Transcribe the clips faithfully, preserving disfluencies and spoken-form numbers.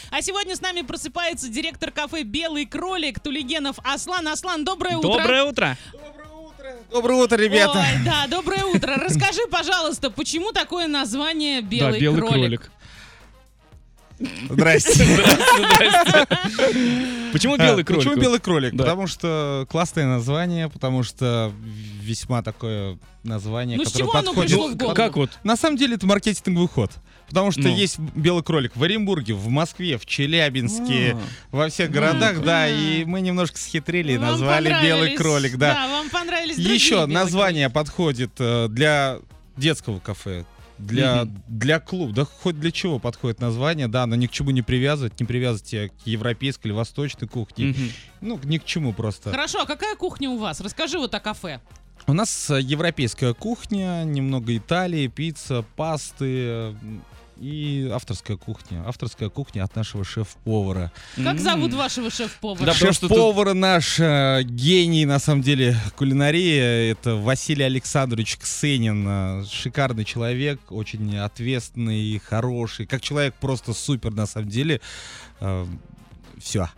А сегодня с нами просыпается директор кафе «Белый кролик» Тулигенов Аслан. Аслан, доброе утро. Доброе утро. Доброе утро, ребята. Ой, да, доброе утро. Расскажи, пожалуйста, почему такое название «Белый, да, белый кролик»? кролик. Здрасте. Здрасте. Почему белый кролик? Почему белый кролик? Да. Потому что классное название, потому что весьма такое название, Ну, с которое чего оно подходит. пришло в голову? Как вот? На самом деле это маркетинговый ход. Потому что Ну. есть белый кролик в Оренбурге, в Москве, в Челябинске, А. во всех городах, А. да, и мы немножко схитрили и Вам назвали белый понравились, кролик, да. Да, вам понравились другие Еще белые название подходит э, для детского кафе, для, Мгм. для клуба, да хоть для чего подходит название, да, но ни к чему не привязывать, не привязывать тебя к европейской или восточной кухне, Мгм. ну, ни к чему просто. Хорошо, а какая кухня у вас? Расскажи вот о кафе. У нас э, европейская кухня, немного Италии, пицца, пасты э, и авторская кухня. Авторская кухня от нашего шеф-повара. Как М. зовут вашего шеф-повара? Да, потому что Шеф-повар наш э, гений, на самом деле, кулинарии. Это Василий Александрович Ксенин. э, Шикарный человек, очень ответственный, хороший. Как человек просто супер, на самом деле. Все.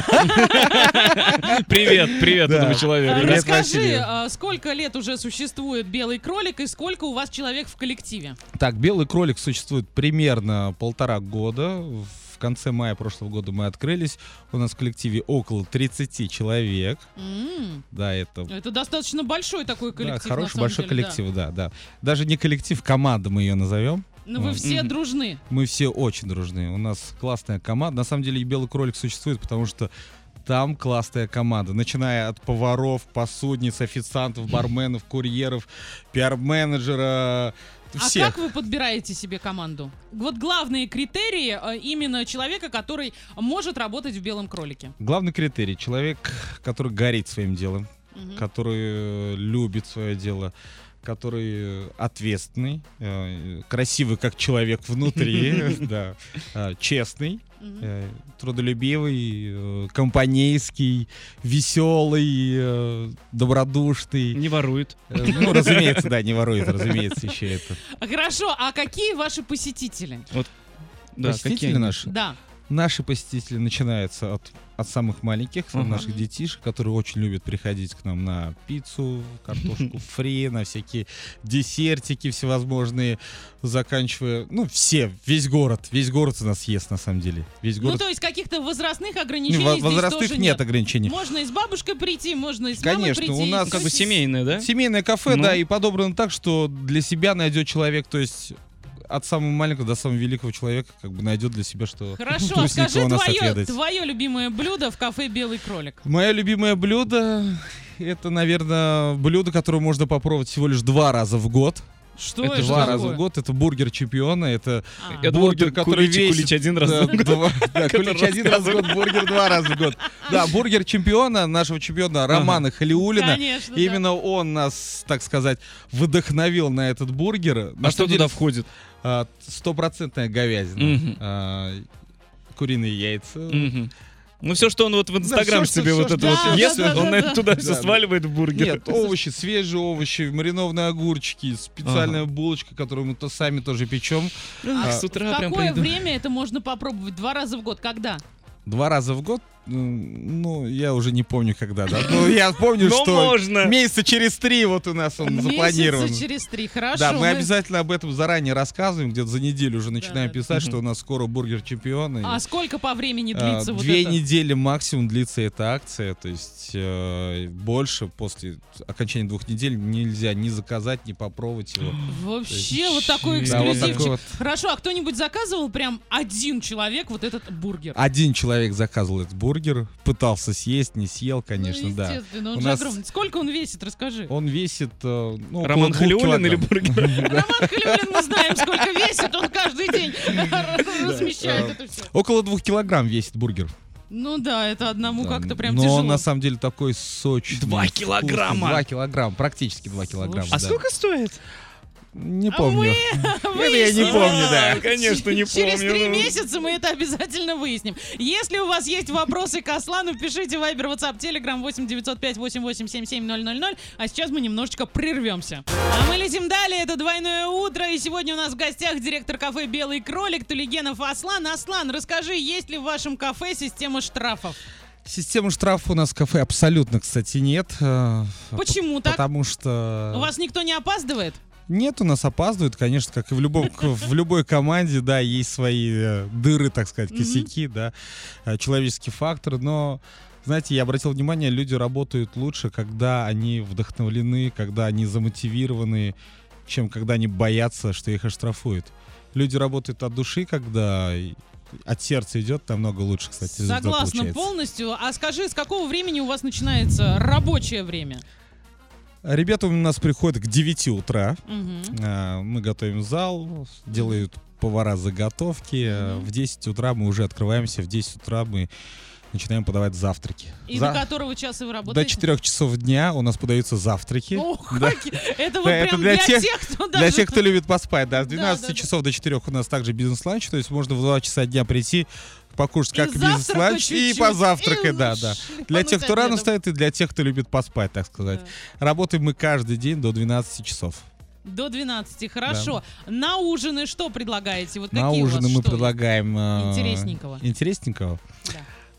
Привет, привет Да. этому А, человеку. Привет, Расскажи, Василий. а, сколько лет уже существует «Белый кролик» и сколько у вас человек в коллективе? Так, белый кролик существует примерно полтора года. В конце мая прошлого года мы открылись. У нас в коллективе около тридцати человек. М, Да, это Это достаточно большой такой да, коллектив. на хороший самом большой деле, да. коллектив, да. да, Даже не коллектив, команда мы ее назовем. Но вы Вот. все Мгм. дружны. Мы все очень дружны. У нас классная команда. На самом деле и белый кролик существует, потому что там классная команда. Начиная от поваров, посудниц, официантов, барменов, курьеров, пиар-менеджера. А Всех. как вы подбираете себе команду? Вот главные критерии э, именно человека, который может работать в «Белом кролике». Главный критерий — человек, который горит своим делом, Мгм. который э, любит свое дело, который э, ответственный, э, красивый как человек внутри, да, э, честный, Мгм. э, трудолюбивый, э, компанейский, веселый, э, добродушный. Не ворует. Э, Ну, разумеется, да, не ворует, разумеется, еще это. Хорошо, а какие ваши посетители? Да, Посетители какие они? наши? Да. Наши посетители начинаются от, от самых маленьких, Ага. наших детишек, которые очень любят приходить к нам на пиццу, картошку фри, на всякие десертики всевозможные, заканчивая, ну, все, весь город, весь город у нас ест, на самом деле. Весь Ну, город. то есть каких-то возрастных Не, ограничений во- здесь возрастных тоже нет ограничений. Можно и с бабушкой прийти, можно и с мамой Конечно, прийти. у нас и Как бы с- семейное, да? Семейное кафе, Ну. да, и подобрано так, что для себя найдет человек, то есть от самого маленького до самого великого человека как бы найдет для себя, что Хорошо, а вкусненького скажи у нас твое, отведать. твое любимое блюдо в кафе «Белый кролик». Мое любимое блюдо — это, наверное, блюдо, которое можно попробовать всего лишь два раза в год. Что Это это Два такое? раза в год. Это бургер чемпиона. Это А. Я бургер, думал, который кулич, весит... кулич один раз да, в год. два- да, Который кулич один раз в год, бургер два раза в год. Да, бургер чемпиона, нашего чемпиона Романа Халиуллина. Конечно, да. Именно он нас, так сказать, вдохновил на этот бургер. На А что самом деле, туда входит? а, Стопроцентная говядина, Мгм. а, куриные яйца. Мгм. Ну все, что он вот в Инстаграм всё, что- себе всё, вот что- это вот Да, ест, да, да, он да, это да. туда Да, все да. сваливает в бургер. Нет, овощи, свежие овощи, маринованные огурчики, специальная булочка, которую мы то сами тоже печем. Ах, А, с В утра прям какое пойду. время это можно попробовать? Два раза в год? Когда? Два раза в год. м, Ну, я уже не помню, когда, да. Ну, я помню, Но что можно. месяца через три вот у нас он запланирован. Месяца через три. Хорошо. Да, мы обязательно об этом заранее рассказываем, где-то за неделю уже начинаем Да, да, писать, да. что у нас скоро бургер чемпиона. и, А сколько по времени а, длится вот Две это? недели максимум длится эта акция, то есть э, больше после окончания двух недель нельзя ни заказать, ни попробовать его. Вообще вот такой Да, вот эксклюзивчик. такой вот. Хорошо, а кто-нибудь заказывал прям один человек вот этот бургер? Один человек заказывал этот бургер, пытался съесть, не съел, конечно, ну, да. естественно, он У же нас- огромный. Сколько он весит, расскажи. Он весит, э, ну, около Роман двух Халиуллин или килограмм. бургер? Роман Халиуллин, мы знаем, сколько весит, он каждый день размещает это все. Около двух килограмм весит бургер. Ну да, это одному Да, как-то прям но тяжело. он на самом деле такой сочный. Два вкусный. килограмма? Два килограмма, практически два килограмма. А да. сколько стоит? Не А помню. мы Это я не выясним. помню, да. Конечно, не Через помню. три ну. месяца мы это обязательно выясним. Если у вас есть вопросы к Аслану, пишите Viber, WhatsApp, Telegram восемь девятьсот пять восемь восемь семь семь ноль ноль ноль. А сейчас мы немножечко прервемся. А мы летим далее. Это «Двойное утро». И сегодня у нас в гостях директор кафе «Белый кролик» Тулигенов Аслан. Аслан, расскажи, есть ли в вашем кафе система штрафов? Системы штрафов у нас в кафе абсолютно, кстати, нет. э, Почему п- так? Потому что... У вас никто не опаздывает? Нет, у нас опаздывают, конечно, как и в, любом, в любой команде, да, есть свои э, дыры, так сказать, Мгм. косяки, да, э, человеческий фактор, но, знаете, я обратил внимание, люди работают лучше, когда они вдохновлены, когда они замотивированы, чем когда они боятся, что их оштрафуют. Люди работают от души, когда и от сердца идет, намного лучше, кстати, результат Согласна получается. полностью. А скажи, с какого времени у вас начинается рабочее время? Ребята у нас приходят к девяти утра. Мгм. А, Мы готовим зал, делают повара заготовки. А, Мгм. В десять утра мы уже открываемся, в десять утра мы начинаем подавать завтраки. И За- до которого часа вы До работаете? четырёх часов дня у нас подаются завтраки. Ох, Да. как- это вот Да, это прям для для тех- тех, кто Для даже... тех, кто любит поспать, да, с двенадцати да, да. часов до четырёх у нас также бизнес-ланч, то есть можно в два часа дня прийти, покушать И как завтрака бизнес-ланч и чуть-чуть, позавтракать, и да, да. шлепануть Для тех, кто рано обедом. встает, и для тех, кто любит поспать, так сказать. Да. Работаем мы каждый день до двенадцати часов. До двенадцати, хорошо. На ужины что предлагаете? Вот На какие у вас ужины мы что предлагаем... э, интересненького? Интересненького. Да.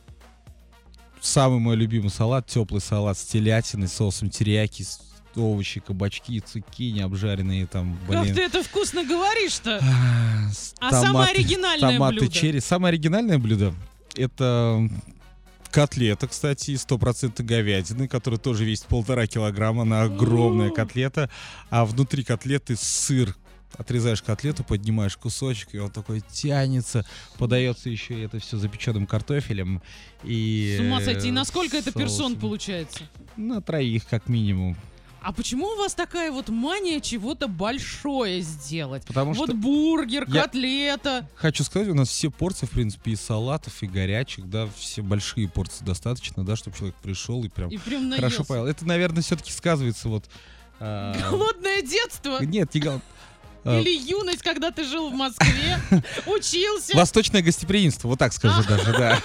Самый мой любимый салат, теплый салат с телятиной, соусом терияки, с- овощи, кабачки, цукини обжаренные там, Как блин. ты это вкусно говоришь-то? А, с А самое томаты- оригинальное томаты блюдо? черри. Самое оригинальное блюдо — это котлета, кстати, из сто процентов говядины, которая тоже весит полтора килограмма. Она огромная О. котлета. А внутри котлеты сыр. Отрезаешь котлету, поднимаешь кусочек, и он такой тянется. Подается еще и это все запеченным картофелем. И, С ума сойти. И э, насколько это персон соусом. получается? На троих, как минимум. А почему у вас такая вот мания чего-то большое сделать? Потому Вот что, бургер, я- котлета. хочу сказать, у нас все порции, в принципе, и салатов, и горячих, да, все большие порции достаточно, да, чтобы человек пришел и прям И прям хорошо наелся. поел. Это, наверное, все-таки сказывается вот... а, Голодное детство? Нет, не гол- а, Или юность, когда ты жил в Москве, учился? Восточное гостеприимство, вот так скажу даже, да.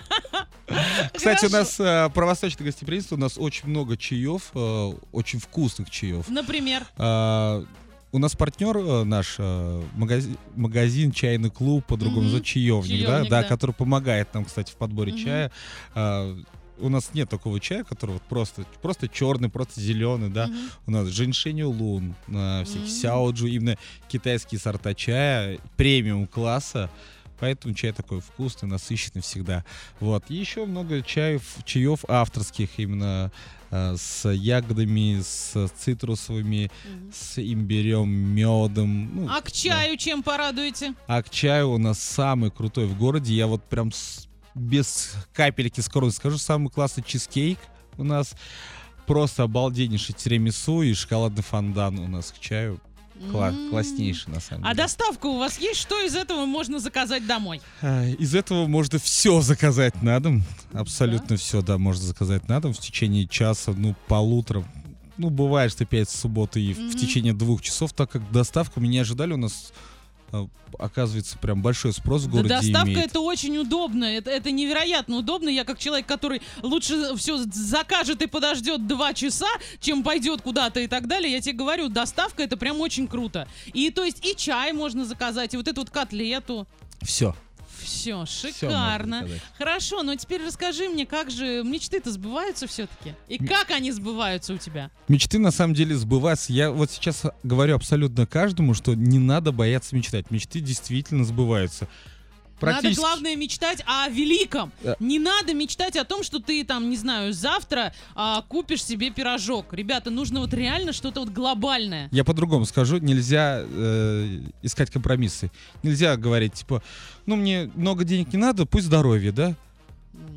Кстати, у Хорошо. нас а, про восточное гостеприимство, у нас очень много чаев, а, очень вкусных чаев. Например. А, У нас партнер э, наш, э, магазин, магазин «Чайный клуб», по-другому Мгм. называют, «Чаевник», да, Чаевник, да, да. который помогает нам, кстати, в подборе Мгм. чая. А, У нас нет такого чая, который вот просто, просто черный, просто зеленый, да. Мгм. У нас женьшень улун, а, всякие М. сяоджу, именно китайские сорта чая, премиум класса. Поэтому чай такой вкусный, насыщенный всегда. Вот. И еще много чаев, чаев авторских, именно а, с ягодами, с цитрусовыми, Мгм. с имбирем, медом. Ну, А к чаю чем порадуете? а к чаю у нас самый крутой в городе. Я вот прям с- без капельки скромно скажу, самый классный чизкейк у нас. Просто обалденнейший тирамису и шоколадный фондан у нас к чаю. Кла- М. класснейший, на самом А деле. доставка у вас есть? Что из этого можно заказать домой? А, Из этого можно все заказать на дом. Абсолютно все, да, можно заказать на дом в течение часа, ну, полутора. Ну, бывает, что пять субботы и в- Мгм. в течение двух часов, так как доставку мы не ожидали, у нас а, оказывается прям большой спрос в Да городе доставка имеет. это очень удобно, это, это невероятно удобно. Я как человек, который лучше все закажет и подождет два часа, чем пойдет куда-то и так далее, я тебе говорю, доставка это прям очень круто. И то есть и чай можно заказать, и вот эту вот котлету. Все. Все, шикарно. заказать. Хорошо, но теперь расскажи мне, как же мечты-то сбываются все-таки? И как они сбываются у тебя? Мечты на самом деле сбываются. Я вот сейчас говорю абсолютно каждому, что не надо бояться мечтать. Мечты действительно сбываются. Надо, главное, мечтать о великом. Да. Не надо мечтать о том, что ты там, не знаю, завтра а, купишь себе пирожок. Ребята, нужно вот реально что-то вот глобальное. Я по-другому скажу, нельзя э, искать компромиссы. Нельзя говорить, типа, ну мне много денег не надо, пусть здоровье, да?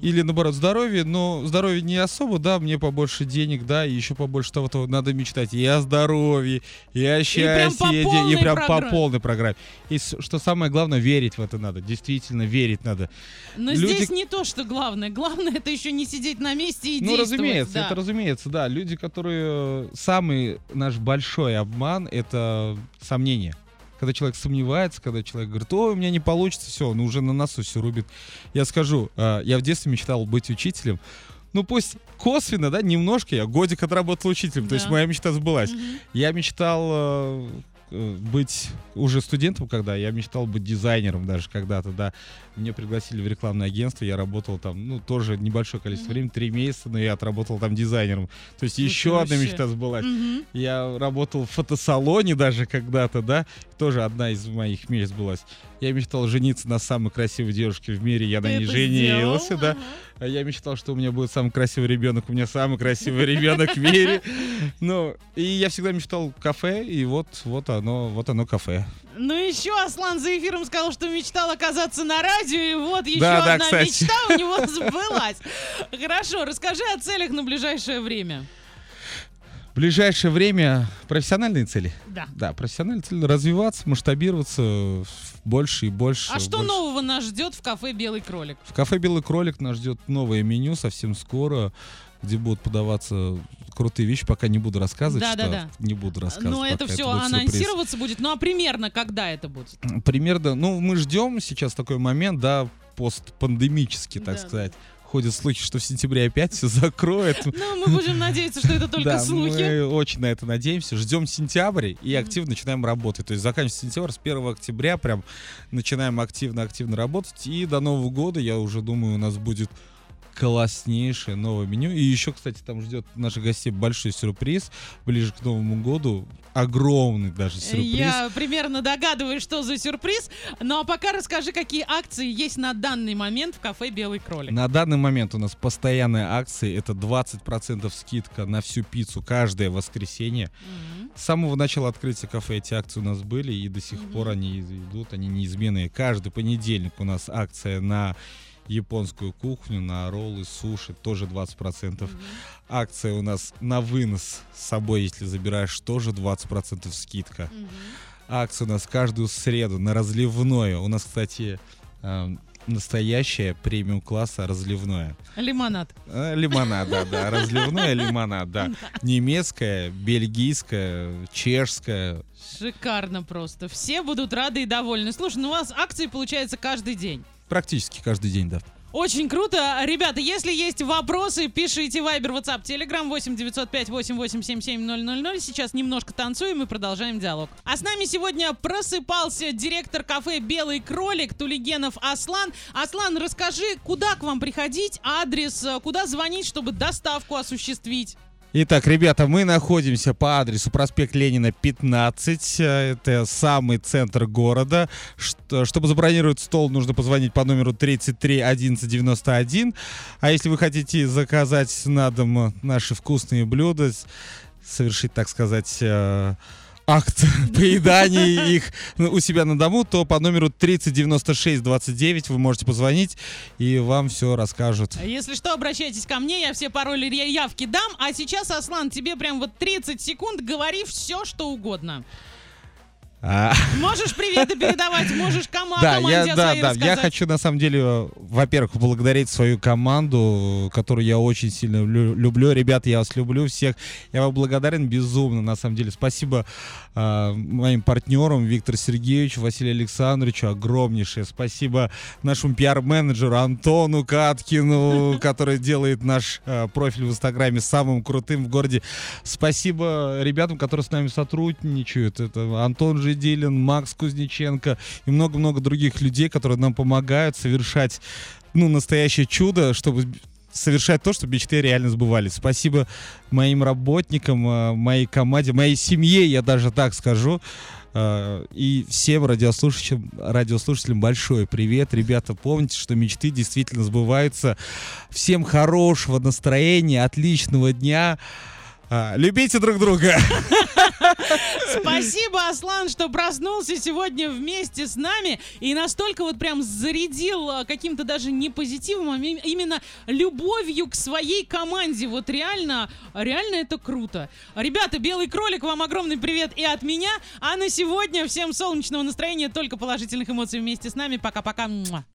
или наоборот здоровье, но здоровье не особо, да, мне побольше денег, да, и еще побольше того-то надо мечтать и о здоровье, и о счастье, прям по полной и прям программе. по полной программе. И с- что самое главное, верить в это надо, действительно верить надо. Но Люди- здесь не то, что главное. Главное, это еще не сидеть на месте и Ну, действовать. разумеется, да. это разумеется, да. Люди, которые... э, Самый наш большой обман — это сомнение. Когда человек сомневается, когда человек говорит: ой, у меня не получится, все, он уже на носу все рубит. Я скажу, э, я в детстве мечтал быть учителем. Ну, пусть косвенно, да, немножко, я годик отработал учителем, то есть Да. моя мечта сбылась. Мгм. Я мечтал э, э, быть уже студентом, когда я мечтал быть дизайнером даже когда-то, да. Мне пригласили в рекламное агентство, я работал там, ну, тоже небольшое количество Мгм. времени, три месяца, но я отработал там дизайнером. То есть Слушай, еще одна вообще. мечта сбылась. Мгм. Я работал в фотосалоне даже когда-то, да, тоже одна из моих мечт сбылась. Я мечтал жениться на самой красивой девушке в мире, я Ты на ней это женился, сделал? да. Ага. А я мечтал, что у меня будет самый красивый ребенок, у меня самый красивый ребенок в мире. Ну, и я всегда мечтал кафе, и вот, вот оно, вот оно кафе. Ну еще Аслан за эфиром сказал, что мечтал оказаться на радио, и вот еще Да, да, одна кстати. мечта у него сбылась. Хорошо, расскажи о целях на ближайшее время. В ближайшее время профессиональные цели. Да. Да, профессиональные цели — развиваться, масштабироваться больше и больше. А что больше. нового нас ждет в кафе «Белый кролик»? В кафе «Белый кролик» нас ждет новое меню совсем скоро, где будут подаваться крутые вещи. Пока не буду рассказывать, Да, что да, да. не буду рассказывать. Но это пока все будет сюрприз. анонсироваться будет. Ну а примерно когда это будет? Примерно, ну, мы ждем сейчас такой момент, да, постпандемический, так Да, да. сказать. Ходят слухи, что в сентябре опять все закроют. Ну, мы будем надеяться, что это только Да, слухи. мы очень на это надеемся. Ждем сентябрь и Мгм. активно начинаем работать. То есть заканчивается сентябрь, с первого октября прям начинаем активно-активно работать. И до Нового года, я уже думаю, у нас будет класснейшее новое меню. И еще, кстати, там ждет наших гостей большой сюрприз. Ближе к Новому году огромный даже сюрприз. Я примерно догадываюсь, что за сюрприз. Ну а пока расскажи, какие акции есть на данный момент в кафе «Белый кролик». На данный момент у нас постоянные акции. Это двадцать процентов скидка на всю пиццу каждое воскресенье. Мгм. С самого начала открытия кафе эти акции у нас были, и до сих Мгм. пор они идут, они неизменные. Каждый понедельник у нас акция на японскую кухню, на роллы, суши, тоже двадцать процентов. Мгм. Акция у нас на вынос с собой, если забираешь, тоже двадцать процентов скидка. Мгм. Акция у нас каждую среду на разливное. У нас, кстати, эм, настоящее премиум класса разливное. Лимонад. Э, Лимонад, да, да, разливное лимонад, да. Немецкое, бельгийское, чешское. Шикарно просто. Все будут рады и довольны. Слушай, ну у вас акции получается каждый день. Практически каждый день, да. Очень круто. Ребята, если есть вопросы, пишите Viber, WhatsApp, Telegram восемь девятьсот пять восемь восемь семь семь ноль ноль ноль. Сейчас немножко танцуем и продолжаем диалог. А с нами сегодня просыпался директор кафе «Белый кролик» Тулигенов Аслан. Аслан, расскажи, куда к вам приходить, адрес, э, куда звонить, чтобы доставку осуществить? Итак, ребята, мы находимся по адресу проспект Ленина, пятнадцать. э, Это самый центр города. Что- Чтобы забронировать стол, нужно позвонить по номеру тридцать три одиннадцать девяносто один. А если вы хотите заказать на дом наши вкусные блюда, с- совершить, так сказать, э, акт поедания их ну, у себя на дому, то по номеру тридцать девяносто шесть двадцать девять вы можете позвонить, и вам все расскажут. Если что, обращайтесь ко мне, я все пароли и явки дам. А сейчас, Аслан, тебе прям вот тридцать секунд, говори все, что угодно. А, Можешь приветы передавать, можешь кома- Да, команде я, о да, своей да, я рассказать. хочу на самом деле, э, во-первых, поблагодарить свою команду, которую я очень сильно лю- люблю. Ребята, я вас люблю всех. Я вам благодарен безумно, на самом деле. Спасибо э, моим партнерам Виктору Сергеевичу, Василию Александровичу огромнейшее. Спасибо нашему пиар-менеджеру Антону Каткину, который делает наш э, профиль в Инстаграме самым крутым в городе. Спасибо ребятам, которые с нами сотрудничают. Это Антон Жиделин, Макс Кузнеченко и много-много других людей, которые нам помогают совершать, ну, настоящее чудо, чтобы совершать то, чтобы мечты реально сбывались. Спасибо моим работникам, э, моей команде, моей семье, я даже так скажу. Э, И всем радиослушателям, радиослушателям большой привет. Ребята, помните, что мечты действительно сбываются. Всем хорошего настроения, отличного дня. А, любите друг друга. Спасибо, Аслан, что проснулся сегодня вместе с нами и настолько вот прям зарядил а, каким-то даже не позитивом, а ми- именно любовью к своей команде. Вот реально, реально это круто. Ребята, Белый кролик, вам огромный привет и от меня. А на сегодня всем солнечного настроения, только положительных эмоций вместе с нами. Пока-пока. Муа.